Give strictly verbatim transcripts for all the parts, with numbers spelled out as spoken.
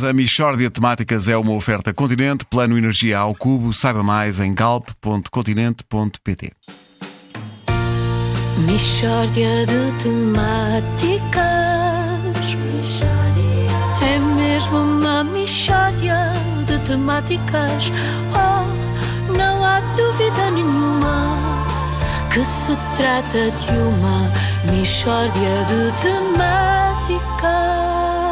A Mixórdia de Temáticas é uma oferta Continente, plano energia ao cubo. Saiba mais em galp ponto continente ponto pt. Mixórdia de temáticas. É mesmo uma mixórdia de temáticas. Oh, não há dúvida nenhuma que se trata de uma mixórdia de temáticas.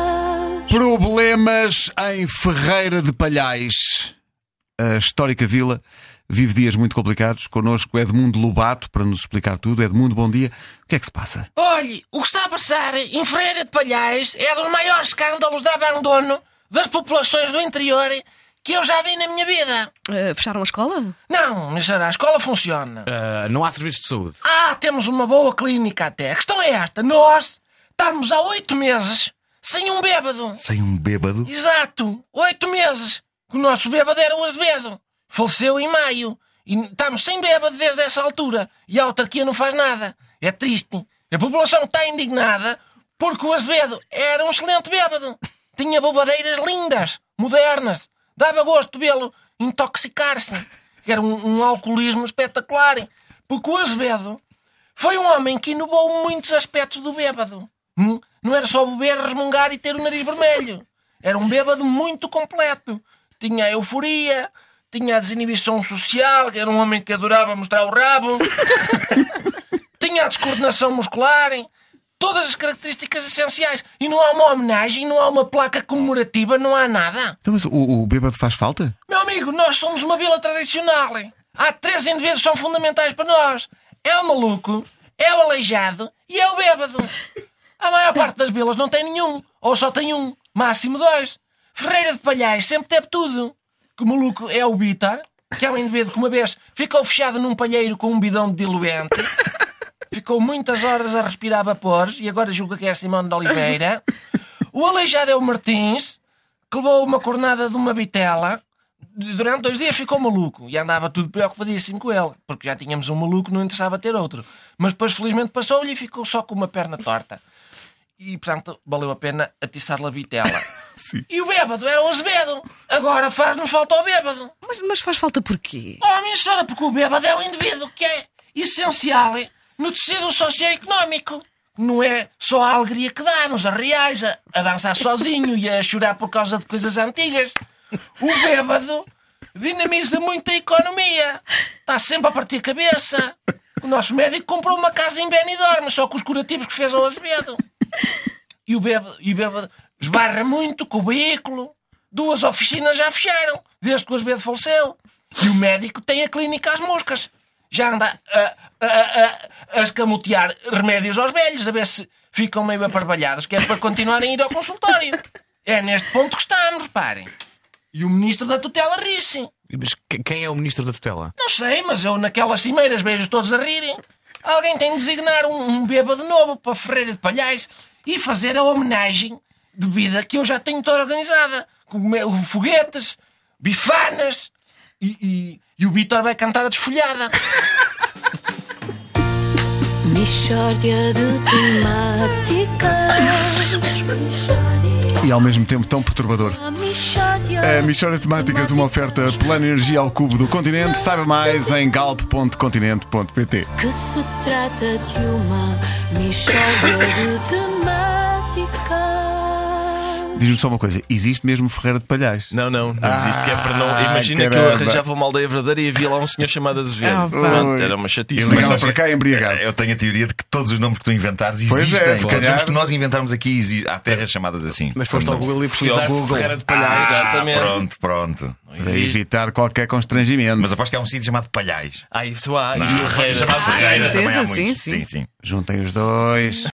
Problemas em Ferreira de Palhais. A histórica vila vive dias muito complicados. Connosco Edmundo Lobato para nos explicar tudo. Edmundo, bom dia. O que é que se passa? Olhe, o que está a passar em Ferreira de Palhais é dos maiores escândalos de abandono das populações do interior que eu já vi na minha vida. Uh, fecharam a escola? Não, minha senhora, a escola funciona. Uh, não há serviços de saúde. Ah, temos uma boa clínica até. A questão é esta: nós estamos há oito meses sem um bêbado. Sem um bêbado? Exato, oito meses. O nosso bêbado era o Azevedo. Faleceu em maio. E estamos sem bêbado desde essa altura. E a autarquia não faz nada. É triste. A população está indignada porque o Azevedo era um excelente bêbado. Tinha bobadeiras lindas, modernas. Dava gosto de vê-lo intoxicar-se. Era um, um alcoolismo espetacular. Porque o Azevedo foi um homem que inovou muitos aspectos do bêbado. Hum? Não era só beber, resmungar e ter o nariz vermelho. Era um bêbado muito completo. Tinha a euforia, tinha a desinibição social, que era um homem que adorava mostrar o rabo. Tinha a descoordenação muscular. Todas as características essenciais. E não há uma homenagem, não há uma placa comemorativa, não há nada. Então, mas o, o bêbado faz falta? Meu amigo, nós somos uma vila tradicional. Hein? Há três indivíduos que são fundamentais para nós. É o maluco, é o aleijado e é o bêbado. A maior parte das vilas não tem nenhum. Ou só tem um. Máximo dois. Ferreira de Palhais sempre teve tudo. Que o maluco é o Vítor, que é um indivíduo que uma vez ficou fechado num palheiro com um bidão de diluente. Ficou muitas horas a respirar vapores e agora julga que é Simone de Oliveira. O aleijado é o Martins, que levou uma cornada de uma vitela. Durante dois dias ficou maluco e andava tudo preocupadíssimo com ele, porque já tínhamos um maluco, não interessava ter outro. Mas depois felizmente passou-lhe e ficou só com uma perna torta. E portanto valeu a pena atiçar-lhe a vitela. Sim. E o bêbado era o Azevedo. Agora faz-nos falta o bêbado. Mas, mas faz falta porquê? Oh, minha senhora, porque o bêbado é um indivíduo que é essencial no tecido socioeconómico. Não é só a alegria que dá nos arreais, a, a dançar sozinho e a chorar por causa de coisas antigas. O bêbado dinamiza muito a economia. Está sempre a partir a cabeça. O nosso médico comprou uma casa em Benidorm, só com os curativos que fez ao Azevedo. E o bêbado, e o bêbado esbarra muito com o veículo. Duas oficinas já fecharam, desde que o Azevedo faleceu. E o médico tem a clínica às moscas. Já anda a, a, a, a escamotear remédios aos velhos, a ver se ficam meio aparvalhados, que é para continuarem a ir ao consultório. É neste ponto que estamos, reparem. E o ministro da tutela ri-se. Mas quem é o ministro da tutela? Não sei, mas eu naquelas cimeiras vejo todos a rirem. Alguém tem de designar um, um bêbado novo para Ferreira de Palhais e fazer a homenagem de vida que eu já tenho toda organizada. Com foguetes, bifanas e, e, e o Vítor vai cantar a desfolhada. Mixórdia de temáticas. E ao mesmo tempo tão perturbador. A Mixórdia de Temáticas, uma oferta plano energia ao cubo do Continente. Saiba mais em galp ponto continente ponto pt. Que se trata de uma mixórdia de temáticas. Diz-me só uma coisa, existe mesmo Ferreira de Palhais? Não, não, não Ah, existe, que é para não. Imagina que eu caramba. arranjava uma aldeia verdadeira e havia lá um senhor chamado Azevedo. Ah, Pronto, era uma chatice. Mas Mas não, sabes para cá embriagado. Eu tenho a teoria de que todos os nomes que tu inventares Pois é, existem. se Todos calhar- os que nós inventarmos aqui exi- há terras chamadas assim. Mas foste ao Portanto, Google e fui ao pesquisaste Google. Ferreira de Palhais. Ah, Exatamente. pronto, pronto. Para evitar qualquer constrangimento. Mas aposto que há um sítio chamado Palhais. Ah, isso há. Não, E Ferreira. chamado Ah, Ferreira certeza, também há sim, muitos. sim. sim, sim. Juntem os dois.